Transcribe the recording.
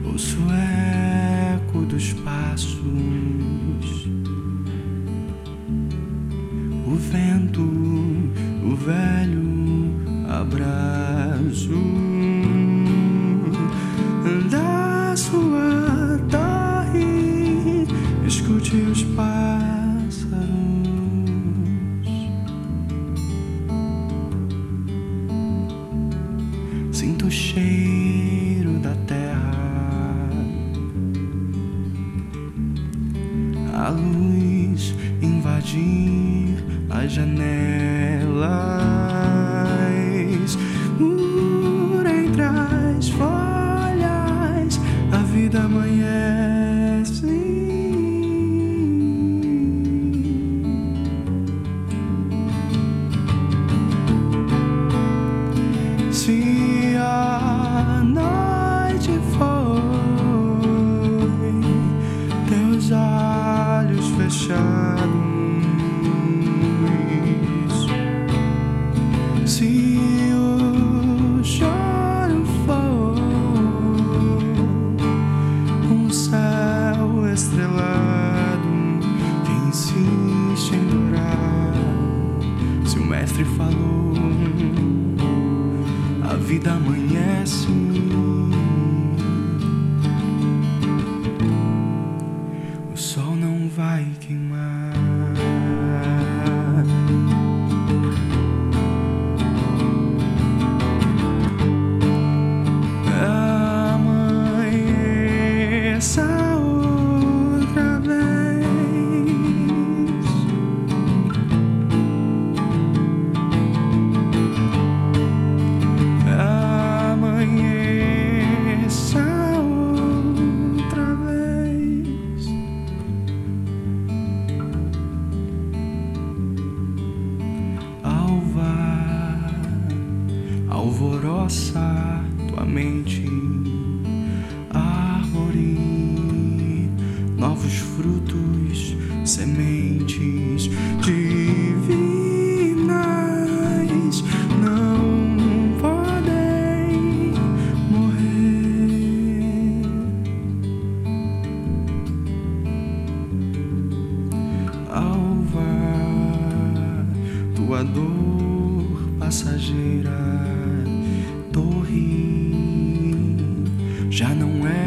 Ouço o eco dos passos, o vento, o velho abraço da sua torre. Escute os pássaros, sinto o cheiro da terra, a luz invadir as janelas. Por entre as folhas a vida amanhece. Se a noite foi teus olhos fechados, se o choro for um céu estrelado que insiste em durar, se o mestre falou, a vida amanhece. O sol não vai queimar. Amanheça outra vez. Amanheça outra vez. Alva, alvoroça tua mente, árvore, novos frutos, sementes divinas não podem morrer. Alva, tua dor passageira, torre já não é